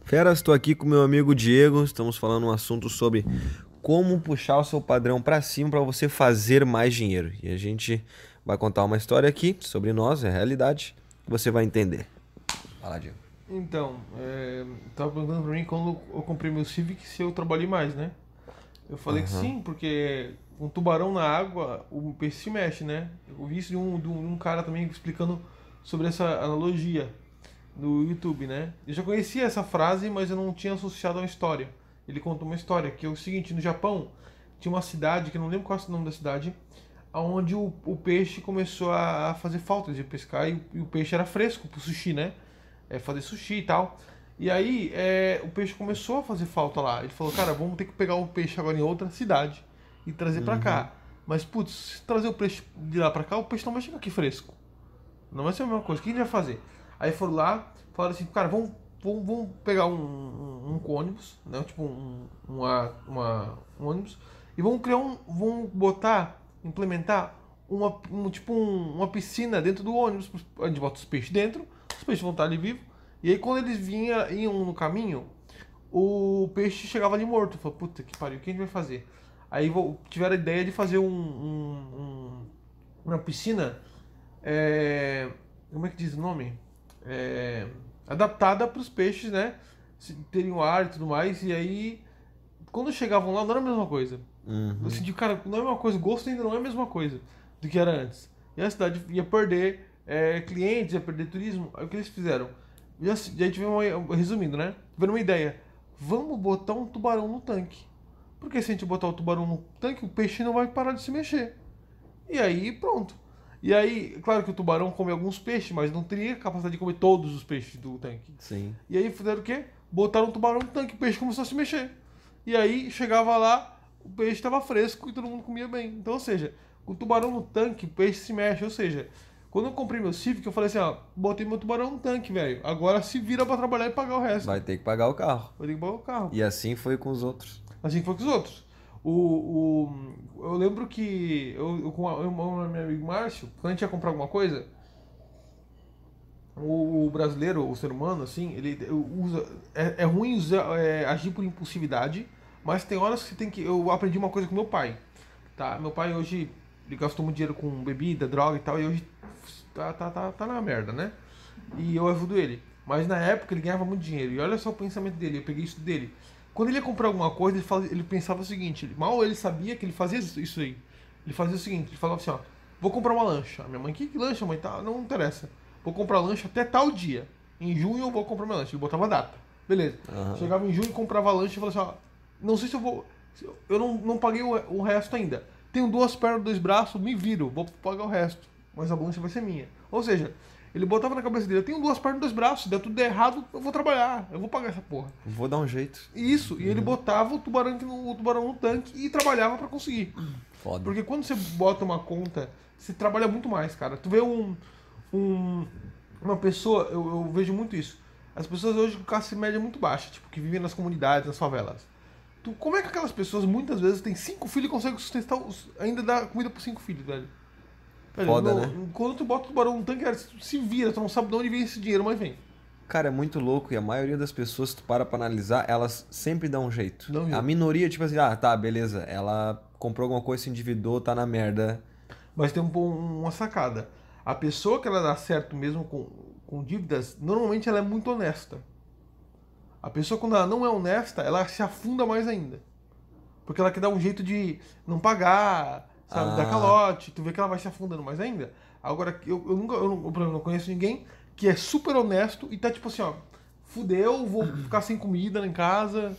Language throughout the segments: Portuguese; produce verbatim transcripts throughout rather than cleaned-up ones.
Feras, estou aqui com meu amigo Diego. Estamos falando um assunto sobre como puxar o seu padrão para cima para você fazer mais dinheiro. E a gente vai contar uma história aqui sobre nós, é a realidade, que você vai entender. Fala, Diego. Então, é, tava perguntando pra mim quando eu comprei meu Civic se eu trabalhei mais, né? Eu falei que Aham. sim, porque um tubarão na água, o peixe se mexe, né? Eu vi isso de um, de um, de um cara também explicando sobre essa analogia no YouTube, né? Eu já conhecia essa frase, mas eu não tinha associado a uma história. Ele contou uma história, que é o seguinte, no Japão tinha uma cidade, que eu não lembro qual é o nome da cidade, onde o, o peixe começou a fazer falta de pescar e, o e o peixe era fresco pro sushi, né? É, fazer sushi e tal. E aí é, o peixe começou a fazer falta lá. Ele falou, cara, vamos ter que pegar o peixe agora em outra cidade e trazer pra Uhum. cá. Mas, putz, se trazer o peixe de lá pra cá, o peixe não vai chegar aqui fresco. Não vai ser a mesma coisa. O que a gente vai fazer? Aí foram lá, falaram assim, cara, vamos, vamos, vamos pegar um, um, um ônibus, né? Tipo um, uma, uma, um ônibus, e vamos criar um. Vamos botar, implementar uma, um, tipo um- uma piscina dentro do ônibus. A gente bota os peixes dentro, os peixes vão estar ali vivos. E aí quando eles vinham, iam no caminho, o peixe chegava ali morto. Falei, puta que pariu, o que a gente vai fazer? Aí vo- tiveram a ideia de fazer um, um- um- uma piscina, é, como é que diz o nome? É, adaptada para os peixes, né? Se- Terem o ar e tudo mais. E aí, quando chegavam lá, não era a mesma coisa. Eu Uhum. senti, cara, não é a mesma coisa. O gosto ainda não é a mesma coisa do que era antes. E a cidade ia perder é, clientes, ia perder turismo. Aí o que eles fizeram? Já, já tivemos uma, resumindo, né? Tiveram uma ideia. Vamos botar um tubarão no tanque. Porque se a gente botar o tubarão no tanque, o peixe não vai parar de se mexer. E aí, pronto. E aí, claro que o tubarão come alguns peixes, mas não teria capacidade de comer todos os peixes do tanque. Sim. E aí fizeram o quê? Botaram o tubarão no tanque, o peixe começou a se mexer. E aí chegava lá, o peixe estava fresco e todo mundo comia bem. Então, ou seja, o tubarão no tanque, o peixe se mexe. Ou seja, quando eu comprei meu Civic, eu falei assim, ó, botei meu tubarão no tanque, velho. Agora se vira pra trabalhar e pagar o resto. Vai ter que pagar o carro. Vou ter que pagar o carro. E assim foi com os outros. Assim foi com os outros. O, o, eu lembro que eu, eu com a- eu, o meu amigo Márcio, quando a gente ia comprar alguma coisa, o, o brasileiro, o ser humano, assim, ele usa. É, é ruim usar, é, agir por impulsividade, mas tem horas que você tem que. Eu aprendi uma coisa com meu pai. Tá? Meu pai hoje ele gastou muito dinheiro com bebida, droga e tal, e hoje tá, tá, tá, tá na merda, né? E eu ajudo ele. Mas na época ele ganhava muito dinheiro. E olha só o pensamento dele, eu peguei isso dele. Quando ele ia comprar alguma coisa, ele, fala, ele pensava o seguinte: ele- mal ele sabia que ele fazia isso isso aí. Ele fazia o seguinte: ele falava assim, ó, vou comprar uma lancha. A minha mãe, que, que lancha, mãe? Tá, não interessa. Vou comprar lancha até tal dia. Em junho eu vou comprar minha lancha. Ele botava a data. Beleza. Aham. Chegava em junho, comprava a lancha e falava assim, ó, não sei se eu vou. se eu eu não, não paguei o, o resto ainda. Tenho duas pernas, dois braços, me viro, vou pagar o resto. Mas a lancha vai ser minha. Ou seja, ele botava na cabeça dele, eu tenho duas pernas e dois braços, se der tudo errado, eu vou trabalhar, eu vou pagar essa porra. Vou dar um jeito. E isso, e ele Uhum. botava o tubarão, no, o tubarão no tanque e trabalhava pra conseguir. Foda. Porque quando você bota uma conta, você trabalha muito mais, cara. Tu vê um, um uma pessoa, eu, eu vejo muito isso. As pessoas hoje com classe média muito baixa, tipo, que vivem nas comunidades, nas favelas. Tu, como é que aquelas pessoas muitas vezes têm cinco filhos e conseguem sustentar, os, ainda dar comida pros cinco filhos, velho? Velho, Foda, né? no- quando tu bota o tubarão no tanque, cara, tu se vira, tu não sabe de onde vem esse dinheiro, mas vem. Cara, é muito louco e a maioria das pessoas, se tu para pra analisar, elas sempre dão um jeito. Não, A jeito. minoria, tipo assim, ah, tá, beleza, ela comprou alguma coisa, se endividou, tá na merda. Mas tem um, um- uma sacada. A pessoa que ela dá certo mesmo com, com dívidas, normalmente ela é muito honesta. A pessoa, quando ela não é honesta, ela se afunda mais ainda. Porque ela quer dar um jeito de não pagar, sabe, dar Ah, calote. Tu vê que ela vai se afundando mais ainda. Agora, eu, eu nunca, eu, não- por exemplo, não conheço ninguém que é super honesto e tá tipo assim, ó, fudeu, vou ficar sem comida em casa,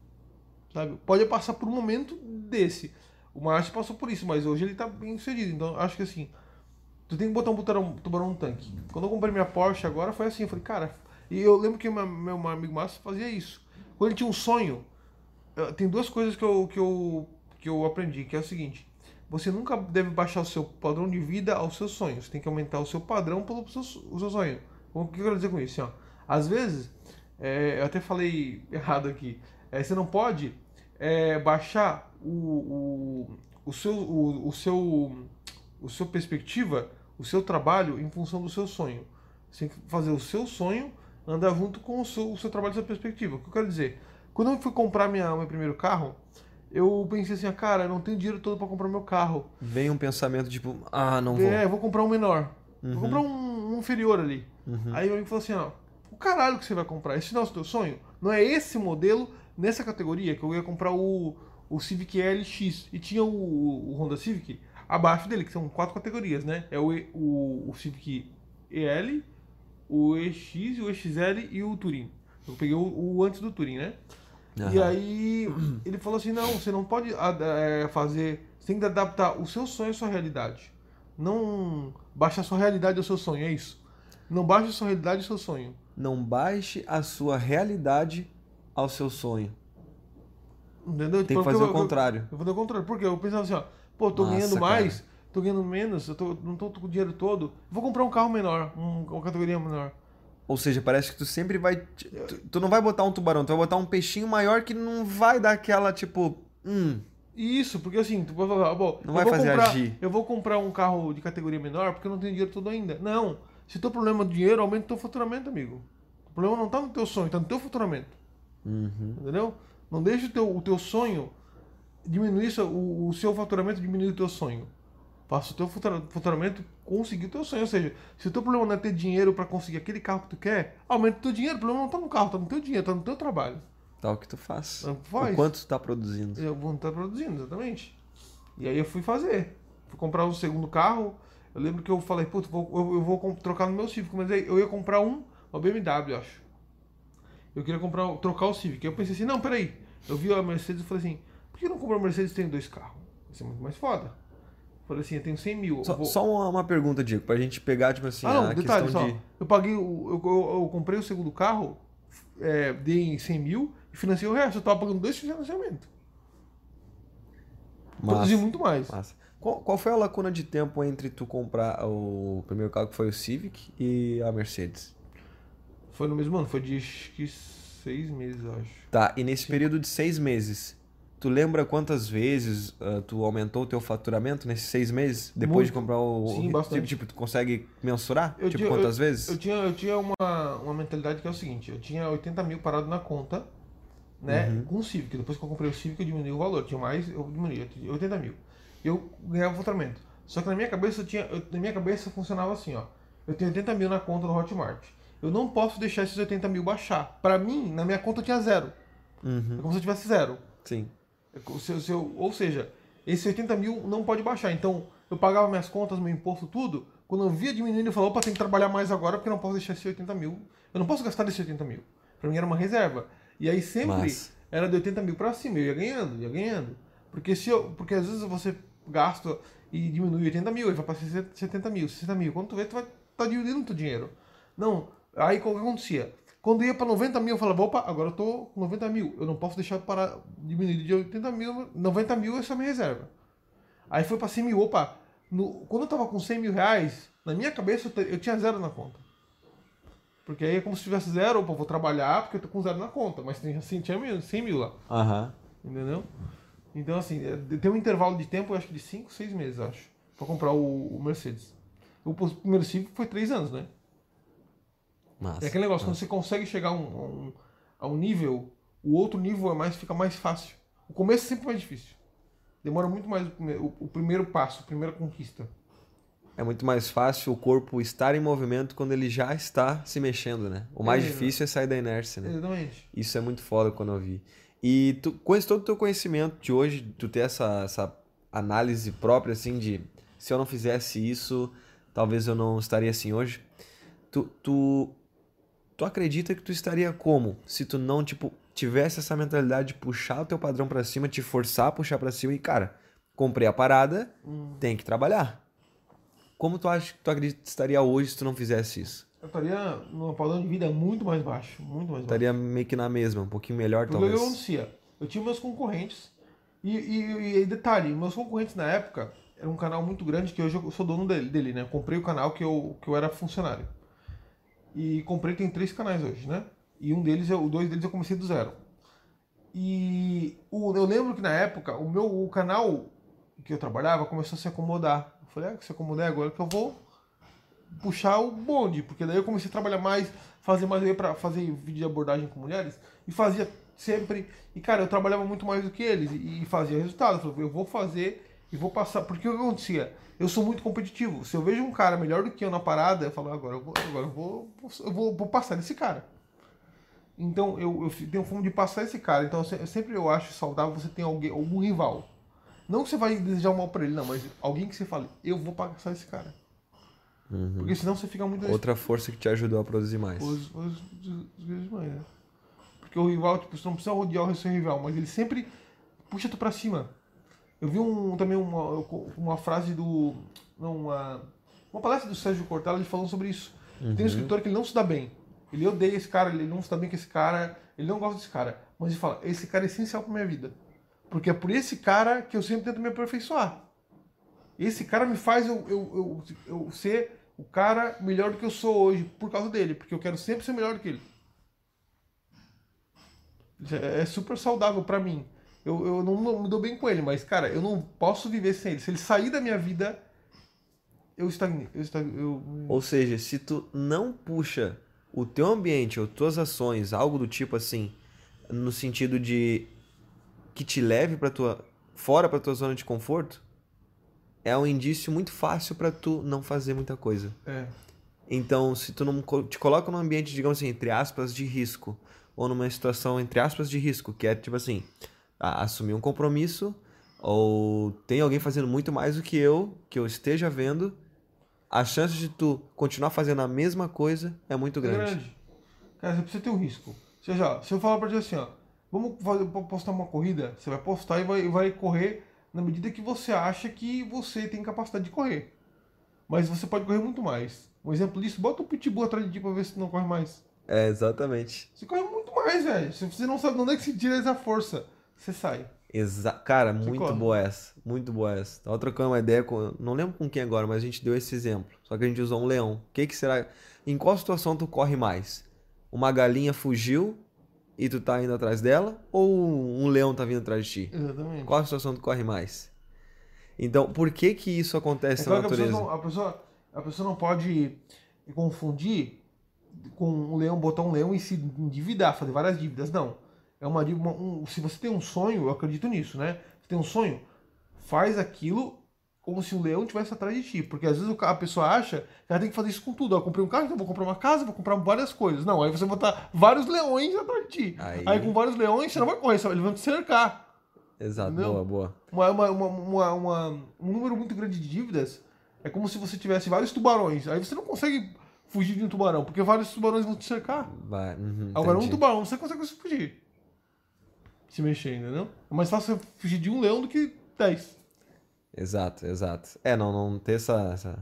sabe? Pode passar por um momento desse. O Márcio passou por isso, mas hoje ele tá bem sucedido. Então, acho que assim, tu tem que botar um tubarão, tubarão no tanque. Quando eu comprei minha Porsche agora, foi assim, eu falei, cara... E eu lembro que o meu, meu amigo Márcio fazia isso. Quando ele tinha um sonho, eh, tem duas coisas que eu, que eu, que eu aprendi, que é o seguinte: você nunca deve baixar o seu padrão de vida aos seus sonhos. Você tem que aumentar o seu padrão pelo seu, o seu sonho. O que eu quero dizer com isso? Assim, ó, às vezes, eh, eu até falei errado aqui, eh, você não pode eh, baixar o, o, o, seu, o, o seu o seu perspectiva, o seu trabalho em função do seu sonho. Você tem que fazer o seu sonho anda junto com o seu, o seu trabalho, a sua perspectiva. O que eu quero dizer? Quando eu fui comprar minha, meu primeiro carro, eu pensei assim, ah, cara, eu não tenho dinheiro todo para comprar meu carro. Vem um pensamento tipo, ah, não vou. É, eu vou comprar um menor. Uhum. Vou comprar um, um inferior ali. Uhum. Aí meu amigo falou assim, ó, o caralho que você vai comprar? Esse não é o teu sonho? Não é esse modelo, nessa categoria, que eu ia comprar o, o Civic L X. E tinha o, o Honda Civic abaixo dele, que são quatro categorias, né? É o, E- o, o Civic E L, o E X, o E X L e o Touring. Eu peguei o, o antes do Touring, né? E Aham. aí ele falou assim, não, você não pode ad- é, fazer, você tem que adaptar o seu sonho à sua realidade. Não baixa a sua realidade ao seu sonho, é isso. Não baixa a sua realidade ao seu sonho. Não baixe a sua realidade ao seu sonho. Entendeu? Tem que Porque fazer eu, o contrário. Eu, eu vou dar o contrário. Porque eu pensava assim, ó, pô, tô Massa, ganhando cara. mais, tô ganhando menos, eu tô, não tô com o dinheiro todo, vou comprar um carro menor, um- uma categoria menor. Ou seja, parece que tu sempre vai. Tu, tu não vai botar um tubarão, tu vai botar um peixinho maior que não vai dar aquela, tipo. Hum, Isso, porque assim, tu pode falar, bom, não eu vai vou fazer comprar, agir. eu vou comprar um carro de categoria menor porque eu não tenho dinheiro todo ainda. Não. Se teu problema é dinheiro, aumenta o teu faturamento, amigo. O problema não tá no teu sonho, tá no teu faturamento. Uhum. Entendeu? Não deixe o teu, o teu sonho diminuir, seu- o, o seu faturamento diminuir o teu sonho. Faça o teu futura- faturamento conseguir o teu sonho. Ou seja, se o teu problema não é ter dinheiro para conseguir aquele carro que tu quer, aumenta o teu dinheiro. O problema não tá no carro, tá no teu dinheiro, tá no teu trabalho. Tá o que tu faz. É o que tu O faz. quanto tu tá produzindo. Eu vou estar produzindo, exatamente. E aí eu fui fazer. Fui comprar um segundo carro. Eu lembro que eu falei, putz, vou- eu, eu vou com- trocar no meu Civic. Mas aí eu ia comprar um, uma B M W, eu acho. Eu queria comprar, trocar o Civic. Aí eu pensei assim, não, peraí. Eu vi a Mercedes e falei assim, por que não comprar a Mercedes e tenho dois carros? Vai ser muito mais foda. Eu falei assim, eu tenho cem mil. Eu Só, vou... só uma, uma pergunta, Diego, pra gente pegar, tipo assim, Ah, não, a detalhe questão só. de. Eu paguei, o, eu, eu, eu comprei o segundo carro, é, dei cem mil e financei o resto. Eu tava pagando dois financiamentos. Produzi Massa, muito mais. massa. Qual, qual foi a lacuna de tempo entre tu comprar o primeiro carro que foi o Civic e a Mercedes? Foi no mesmo ano, foi de acho que seis meses, eu acho. Tá, e nesse Sim. período de seis meses, tu lembra quantas vezes ah, tu aumentou o teu faturamento nesses seis meses? Depois de Muito. comprar o. Sim, tipo, bastante. tipo, tu consegue mensurar? Eu tipo, tinha, quantas eu, vezes? eu tinha, eu tinha uma, uma mentalidade que é o seguinte, eu tinha oitenta mil parado na conta, né, Uhum. com o Civic. Depois que eu comprei o Civic, eu diminui o valor. Tinha mais, eu diminui, eu tinha oitenta mil. Eu ganhava faturamento. Só que na minha cabeça, eu tinha, eu- na minha cabeça funcionava assim, ó. Eu tenho oitenta mil na conta do Hotmart. Eu não posso deixar esses oitenta mil baixar. Pra mim, na minha conta eu tinha zero. É Uhum. como se eu tivesse zero. Sim. É como se eu- se eu- ou seja, esse oitenta mil não pode baixar. Então, eu pagava minhas contas, meu imposto, tudo. Quando eu via diminuindo, eu falava, opa, tem que trabalhar mais agora porque eu não posso deixar esse oitenta mil. Eu não posso gastar desse oitenta mil. Pra mim era uma reserva. E aí sempre Massa. era de oitenta mil pra cima. Eu ia ganhando, ia ganhando. Porque, se eu, porque às vezes você gasta e diminui oitenta mil, aí vai pra setenta mil, sessenta mil. Quando tu vê, tu vai tá diminuindo o teu dinheiro. Não. Aí o que acontecia? Quando ia pra noventa mil, eu falava, opa, agora eu tô com noventa mil. Eu não posso deixar parar, diminuir de oitenta mil, noventa mil é só minha reserva. Aí foi pra cem mil, opa. No, quando eu tava com cem mil reais, na minha cabeça eu, te- eu tinha zero na conta. Porque aí é como se tivesse zero, opa, eu vou trabalhar porque eu tô com zero na conta. Mas tem, assim, tinha mil- cem mil lá. Aham. Entendeu? Então, assim, é, tem um intervalo de tempo, eu acho que de cinco, seis meses, acho, pra comprar o, o Mercedes. O primeiro Civic foi três anos, né? Massa. É aquele negócio, quando massa. você consegue chegar a um, a um, a um nível, o outro nível é mais, fica mais fácil. O começo é sempre mais difícil. Demora muito mais o, prime- o- o primeiro passo, a primeira conquista. É muito mais fácil o corpo estar em movimento quando ele já está se mexendo, né? O mais É, difícil é sair da inércia, né? Exatamente. Isso é muito foda quando eu vi. E tu, com esse todo o teu conhecimento de hoje, tu ter essa, essa análise própria, assim, de se eu não fizesse isso, talvez eu não estaria assim hoje. Tu, tu, tu acredita que tu estaria como? Se tu não, tipo, tivesse essa mentalidade de puxar o teu padrão pra cima, te forçar a puxar pra cima e, cara, comprei a parada, tem que trabalhar. Como tu acha que tu acredita que estaria hoje se tu não fizesse isso? Eu estaria num padrão de vida muito mais baixo, muito mais baixo. Estaria meio que na mesma, um pouquinho melhor, Porque o que talvez. acontecia? Eu tinha meus concorrentes, e, e, e detalhe, meus concorrentes na época era um canal muito grande que hoje eu sou dono dele, dele, né? Eu comprei o canal que eu, que eu era funcionário. E comprei, tem três canais hoje, né? E um deles, eu, dois deles eu comecei do zero. E o, eu lembro que na época, o meu o canal que eu trabalhava começou a se acomodar. Eu falei, ah, que se acomodar agora que eu vou puxar o bonde, porque daí eu comecei a trabalhar mais, fazer mais, eu ia pra fazer vídeo de abordagem com mulheres, e fazia sempre, e cara, eu trabalhava muito mais do que eles, e, e fazia resultado, eu falei, eu vou fazer e vou passar, porque o que acontecia? Eu sou muito competitivo, se eu vejo um cara melhor do que eu na parada, eu falo, agora eu vou, agora eu vou, eu vou, vou passar desse cara. Então eu, eu tenho fome de passar esse cara, então eu sempre eu acho saudável você ter alguém, algum rival. Não que você vai desejar um mal pra ele, não, mas alguém que você fale, eu vou passar esse cara. Uhum. Porque senão você fica muito... Outra força que te ajudou a produzir mais. Os, os, os, os demais, né? Porque o rival, tipo, você não precisa rodear o seu rival, mas ele sempre puxa tu pra cima. Eu vi um, também uma, uma frase do... Não, uma, uma palestra do Sérgio Cortella, ele falando sobre isso. Uhum. Tem um escritor que ele não se dá bem. Ele odeia esse cara, ele não se dá bem com esse cara, ele não gosta desse cara. Mas ele fala, esse cara é essencial pra minha vida. Porque é por esse cara que eu sempre tento me aperfeiçoar. Esse cara me faz eu, eu, eu, eu ser o cara melhor do que eu sou hoje, por causa dele. Porque eu quero sempre ser melhor do que ele. É super saudável pra mim. Eu, eu não me dou bem com ele, mas, cara, eu não posso viver sem ele. Se ele sair da minha vida, eu estagnei. Eu estagnei eu... Ou seja, se tu não puxa o teu ambiente ou tuas ações, algo do tipo assim, no sentido de que te leve para tua fora para tua zona de conforto, é um indício muito fácil para tu não fazer muita coisa. É. Então, se tu não te coloca num ambiente, digamos assim, entre aspas, de risco, ou numa situação, entre aspas, de risco, que é tipo assim, assumir um compromisso, ou tem alguém fazendo muito mais do que eu, que eu esteja vendo, a chance de tu continuar fazendo a mesma coisa é muito grande. É grande. Cara, você precisa ter um risco. Ou seja, se eu falar pra ti assim, ó, vamos fazer, postar uma corrida, você vai postar e vai, vai correr na medida que você acha que você tem capacidade de correr. Mas você pode correr muito mais. Um exemplo disso, bota um pitbull atrás de ti pra ver se não corre mais. É, exatamente. Você corre muito mais, velho. Se você não sabe onde é que se tira essa força, você sai. Exa Cara, você muito corre. boa essa. Muito boa essa. Tava trocando uma ideia com... Não lembro com quem agora, mas a gente deu esse exemplo. Só que a gente usou um leão. O que que será... Em qual situação tu corre mais? Uma galinha fugiu e tu tá indo atrás dela? Ou um leão tá vindo atrás de ti? Exatamente. Qual a situação tu corre mais? Então, por que que isso acontece é claro na natureza? Que a, pessoa não, a, pessoa, a pessoa não pode confundir com um leão, botar um leão e se endividar, fazer várias dívidas. Não. É uma, uma um, se você tem um sonho, eu acredito nisso, né? Você tem um sonho, faz aquilo como se o leão estivesse atrás de ti. Porque às vezes a pessoa acha que ela tem que fazer isso com tudo. Eu comprei um carro, então vou comprar uma casa, vou comprar várias coisas. Não, aí você vai botar vários leões atrás de ti. Aí, aí com vários leões você não vai correr, eles vão te cercar. Exato, entendeu? boa, boa. Uma, uma, uma, uma, uma, um número muito grande de dívidas é como se você tivesse vários tubarões. Aí você não consegue fugir de um tubarão, porque vários tubarões vão te cercar. Vai, uhum, Agora entendi. um tubarão você consegue fugir. Se mexer, entendeu? É mais fácil você fugir de um leão do que dez. Exato, exato. É, não, não ter essa, essa...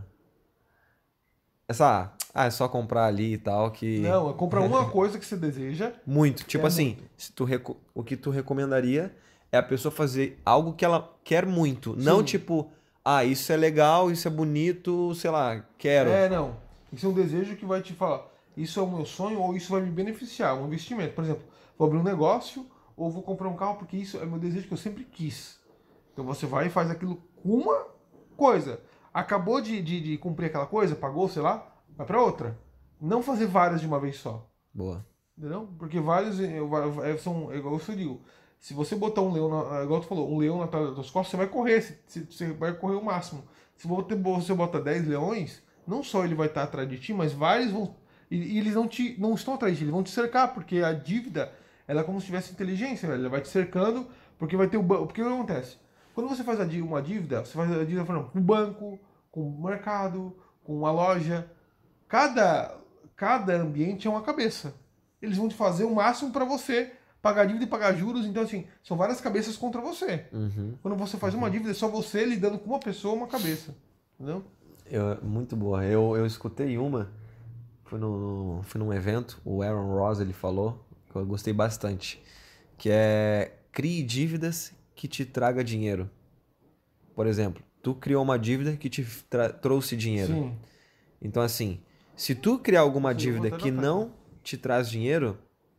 Essa... Ah, é só comprar ali e tal que... Não, é comprar uma coisa que você deseja. Muito. Tipo é assim, muito. Se tu reco... o que tu recomendaria é a pessoa fazer algo que ela quer muito. Sim. Não tipo, ah, isso é legal, isso é bonito, sei lá, quero. É, não. Isso é um desejo que vai te falar, isso é o meu sonho ou isso vai me beneficiar, um investimento. Por exemplo, vou abrir um negócio ou vou comprar um carro porque isso é meu desejo que eu sempre quis. Então você vai e faz aquilo com uma coisa. Acabou de, de, de cumprir aquela coisa, pagou, sei lá, vai pra outra. Não fazer várias de uma vez só. Boa. Entendeu? Porque vários são, igual eu digo, se você botar um leão, na, igual tu falou, um leão na tua costas, você vai correr, você vai correr o máximo. Se você bota dez leões, não só ele vai estar atrás de ti, mas vários vão, e, e eles não, te, não estão atrás de ti, eles vão te cercar, porque a dívida, ela é como se tivesse inteligência, velho. Ela vai te cercando, porque vai ter o banco. Porque o que acontece? Quando você faz uma dívida, você faz a dívida falando, com o banco, com o mercado, com a loja. Cada, cada ambiente é uma cabeça. Eles vão te fazer o máximo para você pagar dívida e pagar juros. Então, assim, são várias cabeças contra você. Uhum. Quando você faz uma dívida, é só você lidando com uma pessoa, uma cabeça. Entendeu? Eu, muito boa. Eu, eu escutei uma, fui, no, fui num evento, o Aaron Ross, ele falou, que eu gostei bastante, que é crie dívidas que te traga dinheiro. Por exemplo, tu criou uma dívida que te trouxe dinheiro. Sim. Então, assim, se tu criar alguma Sim, dívida que não te traz dinheiro,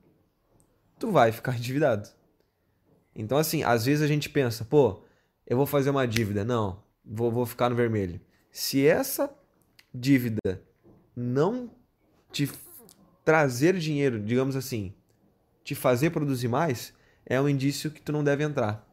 tu vai ficar endividado. Então, assim, às vezes a gente pensa, pô, eu vou fazer uma dívida. Não, vou, vou ficar no vermelho. Se essa dívida não te trazer dinheiro, digamos assim, te fazer produzir mais, é um indício que tu não deve entrar.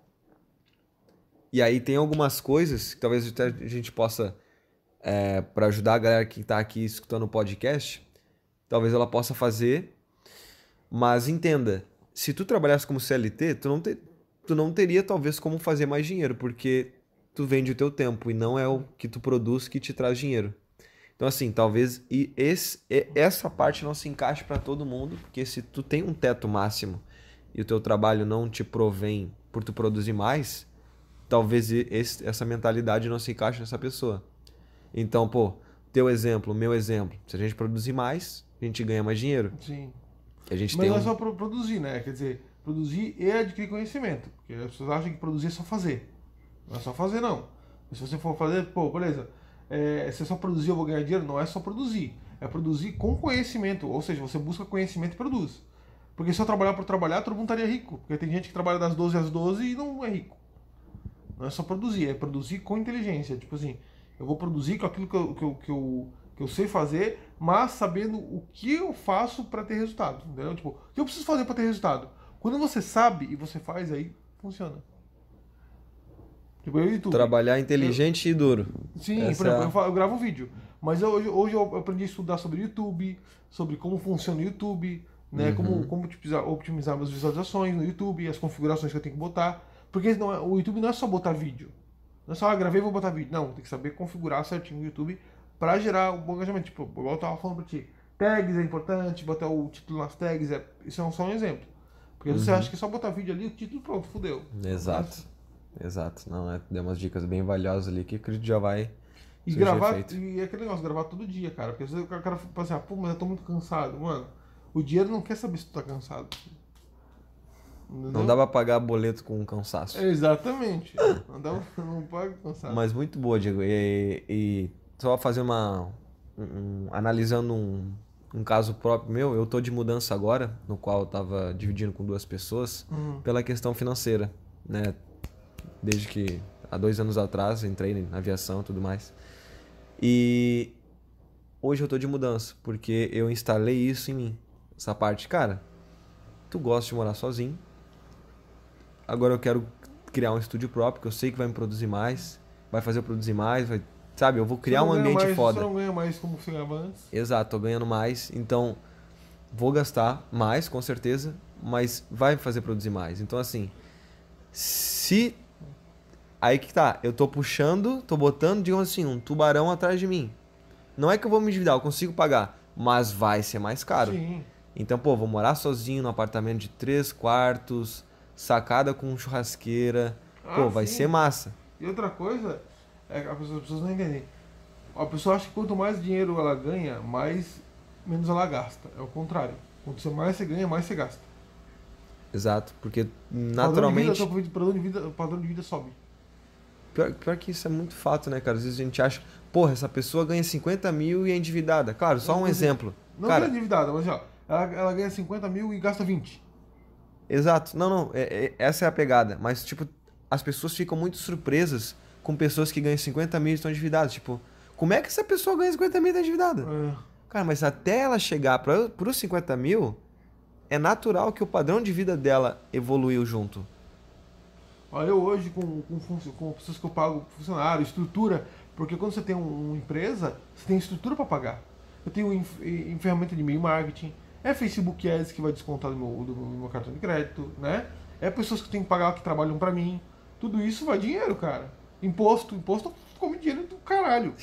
E aí tem algumas coisas que talvez a gente possa, é, para ajudar a galera que está aqui escutando o podcast, talvez ela possa fazer, mas entenda, se tu trabalhasse como C L T, tu não, te, tu não teria talvez como fazer mais dinheiro, porque tu vende o teu tempo e não é o que tu produz que te traz dinheiro. Então assim, talvez e esse, e essa parte não se encaixe para todo mundo, porque se tu tem um teto máximo e o teu trabalho não te provém por tu produzir mais, talvez esse, essa mentalidade não se encaixe nessa pessoa. Então, pô, teu exemplo, meu exemplo, se a gente produzir mais, a gente ganha mais dinheiro. Sim. A gente Mas tem não é um... só pro- produzir, né? Quer dizer, produzir e adquirir conhecimento. Porque as pessoas acham que produzir é só fazer. Não é só fazer, não. Se você for fazer, pô, beleza. É, se é só produzir eu vou ganhar dinheiro, não é só produzir. É produzir com conhecimento. Ou seja, você busca conhecimento e produz. Porque se eu trabalhar por trabalhar, todo mundo estaria rico. Porque tem gente que trabalha das doze às doze e não é rico. Não é só produzir, é produzir com inteligência. Tipo assim, eu vou produzir com aquilo que eu, que eu, que eu, que eu sei fazer, mas sabendo o que eu faço para ter resultado. Entendeu? Tipo, o que eu preciso fazer para ter resultado? Quando você sabe e você faz, aí funciona. Tipo, eu e YouTube. Trabalhar inteligente eu... e duro. Sim, Essa por exemplo, é a... eu, fa- eu gravo um vídeo. Mas eu, hoje, hoje eu aprendi a estudar sobre YouTube, sobre como funciona o YouTube, né? Uhum. Como, como otimizar, otimizar minhas visualizações no YouTube, as configurações que eu tenho que botar. Porque não é, o YouTube não é só botar vídeo. Não é só, ah, gravei e vou botar vídeo. Não, tem que saber configurar certinho o YouTube pra gerar um bom engajamento. Tipo, igual eu tava falando pra ti. Tags é importante, botar o título nas tags, é, isso é só um exemplo. Porque uhum. você acha que é só botar vídeo ali, o título, pronto, fudeu. Exato. Mas... Exato. Não, é, deu umas dicas bem valiosas ali que acredito já vai. E gravar, e é aquele negócio, gravar todo dia, cara. Porque às vezes o cara fala assim, ah, pô, mas eu tô muito cansado. Mano, o dinheiro não quer saber se tu tá cansado. Entendeu? Não dá pra pagar boleto com cansaço. É, exatamente. Não dá não paga cansaço. Mas muito boa, Diego. E, e só fazer uma... Um, analisando um, um caso próprio meu, eu tô de mudança agora, no qual eu tava dividindo com duas pessoas, uhum. pela questão financeira, né? Desde que há dois anos atrás entrei na aviação e tudo mais. E hoje eu tô de mudança, porque eu instalei isso em mim. Essa parte, cara, tu gosta de morar sozinho. Agora eu quero criar um estúdio próprio, que eu sei que vai me produzir mais, vai fazer eu produzir mais, vai, sabe? Eu vou criar um ambiente mais, foda. Você não ganha mais como você ganhava antes. Exato, tô ganhando mais, então vou gastar mais, com certeza, mas vai me fazer produzir mais. Então assim, se... Aí que tá, eu tô puxando, tô botando, digamos assim, um tubarão atrás de mim. Não é que eu vou me endividar, eu consigo pagar, mas vai ser mais caro. Sim. Então, pô, vou morar sozinho num apartamento de três quartos, sacada com churrasqueira. Ah, pô, vai sim. ser massa. E outra coisa, é que as pessoas não entendem. A pessoa acha que quanto mais dinheiro ela ganha, mais menos ela gasta. É o contrário. Quanto mais você ganha, mais você gasta. Exato, porque naturalmente... O padrão de vida, padrão de vida sobe. Pior, pior que isso é muito fato, né, cara? Às vezes a gente acha, porra, essa pessoa ganha cinquenta mil e é endividada. Claro, só um não, exemplo. Não cara, é endividada, mas ó, ela, ela ganha cinquenta mil e gasta vinte. Exato. Não, não, é, é, essa é a pegada. Mas, tipo, as pessoas ficam muito surpresas com pessoas que ganham cinquenta mil e estão endividadas. Tipo, como é que essa pessoa ganha cinquenta mil e está endividada? É. Cara, mas até ela chegar para os cinquenta mil, é natural que o padrão de vida dela evoluiu junto. Olha, eu hoje, com, com, com pessoas que eu pago funcionário, estrutura, porque quando você tem um, uma empresa, você tem estrutura para pagar. Eu tenho em, em ferramenta de e-mail marketing, é Facebook Ads que vai descontar do meu, do meu cartão de crédito, né? É pessoas que eu tenho que pagar que trabalham para mim. Tudo isso vai dinheiro, cara. Imposto, imposto come dinheiro do caralho.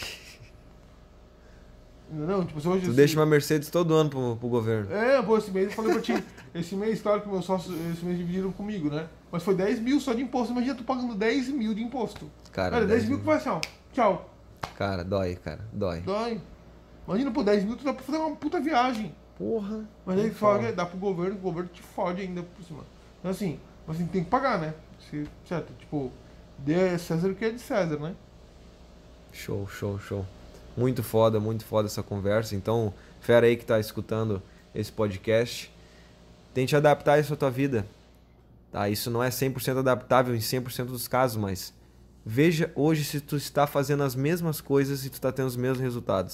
Não, tipo, hoje, tu assim, deixa uma Mercedes todo ano pro, pro governo. É, pô, esse mês eu falei pra ti. Esse mês, claro que meus sócios esse mês dividiram comigo, né? Mas foi dez mil só de imposto. Imagina, tu pagando dez mil de imposto. Cara, Olha, dez mil que vai assim, ó. Tchau. Cara, dói, cara. Dói. Dói. Imagina, pô, dez mil tu dá pra fazer uma puta viagem. Porra. Mas aí fala, dá pro governo, o governo te fode ainda por cima. Então assim, mas assim, tem que pagar, né? Se, certo? Tipo, dê César o que é de César, né? Show, show, show. Muito foda, muito foda essa conversa. Então, fera aí que tá escutando esse podcast, tente adaptar isso à tua vida. Tá? Isso não é cem por cento adaptável em cem por cento dos casos, mas veja hoje se tu está fazendo as mesmas coisas e tu está tendo os mesmos resultados.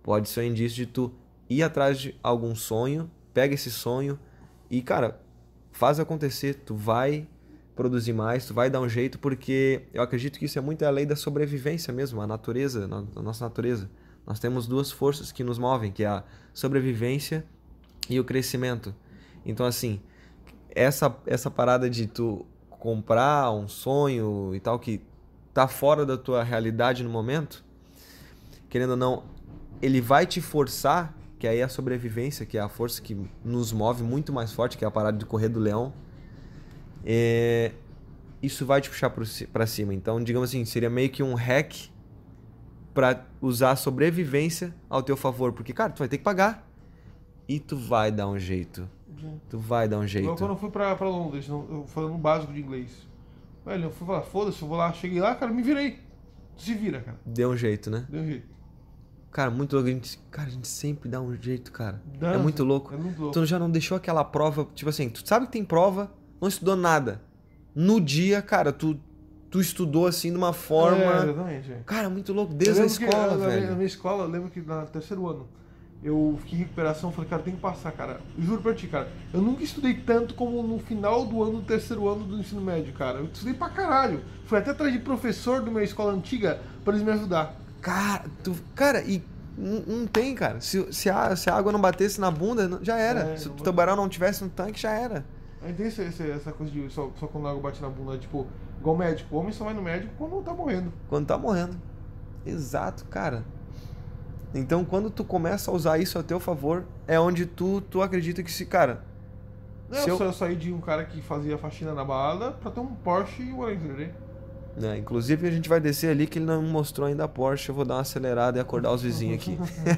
Pode ser um indício de tu ir atrás de algum sonho, pega esse sonho e, cara, faz acontecer. Tu vai produzir mais, tu vai dar um jeito, porque eu acredito que isso é muito a lei da sobrevivência mesmo, a natureza, a nossa natureza. Nós temos duas forças que nos movem, que é a sobrevivência e o crescimento. Então, assim, essa, essa parada de tu comprar um sonho e tal, que tá fora da tua realidade no momento, querendo ou não, ele vai te forçar, que aí é a sobrevivência, que é a força que nos move muito mais forte, que é a parada de correr do leão. É, isso vai te puxar para cima. Então, digamos assim, seria meio que um hack para usar a sobrevivência ao teu favor. Porque, cara, tu vai ter que pagar. E tu vai dar um jeito. Sim. Tu vai dar um jeito. Igual quando eu fui pra, pra Londres, não, eu falando um básico de inglês. Velho, eu fui falar, foda-se, eu vou lá, cheguei lá, cara, me virei. Se vira, cara. Deu um jeito, né? Deu um jeito. Cara, muito louco. A gente, cara, a gente sempre dá um jeito, cara. Dá, é muito louco. É muito louco. Tu já não deixou aquela prova, tipo assim, tu sabe que tem prova, não estudou nada. No dia, cara, tu, tu estudou assim de uma forma... É, exatamente. Cara, muito louco, desde a escola, que, velho. Na, na minha escola, eu lembro que no terceiro ano, eu fiquei em recuperação, falei, cara, tem que passar, cara. Juro pra ti, cara. Eu nunca estudei tanto como no final do ano do terceiro ano do ensino médio, cara. Eu estudei pra caralho. Fui até atrás de professor de uma escola antiga pra eles me ajudar. Cara, tu, cara, e não, não tem, cara. Se, se, a, se a água não batesse na bunda, não- já era. É, se o não tubarão não tivesse no tanque, já era. Aí tem esse, esse- essa coisa de só, só quando a água bate na bunda, tipo, igual médico. O homem só vai no médico quando tá morrendo. Quando tá morrendo. Exato, cara. Então, quando tu começa a usar isso a teu favor, é onde tu, tu acredita que se, cara... Não, se eu, eu- só- eu saí de um cara que fazia faxina na balada pra ter um Porsche e um Ranger, né? né, inclusive, a gente vai descer ali, que ele não me mostrou ainda a Porsche. Eu vou dar uma acelerada e acordar os vizinhos aqui.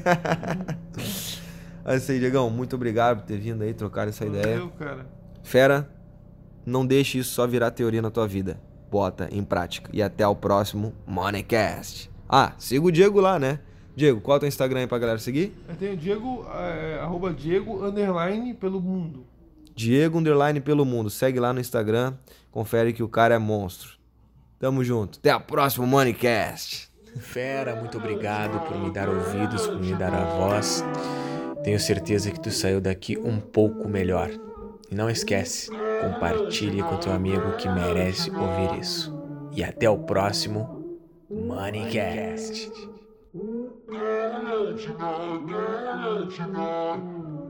É isso aí, Diegão. Muito obrigado por ter vindo aí, trocar essa ideia. Valeu, cara. Fera, não deixe isso só virar teoria na tua vida. Bota em prática. E até o próximo Moneycast. Ah, siga o Diego lá, né? Diego, qual é o teu Instagram aí pra galera seguir? Eu tenho Diego, é, arroba Diego, underline, pelo mundo. Diego Underline pelo mundo. Segue lá no Instagram. Confere que o cara é monstro. Tamo junto. Até a próxima Moneycast. Fera, muito obrigado por me dar ouvidos, por me dar a voz. Tenho certeza que tu saiu daqui um pouco melhor. E não esquece, compartilhe com teu amigo que merece ouvir isso. E até o próximo Moneycast. Original, original.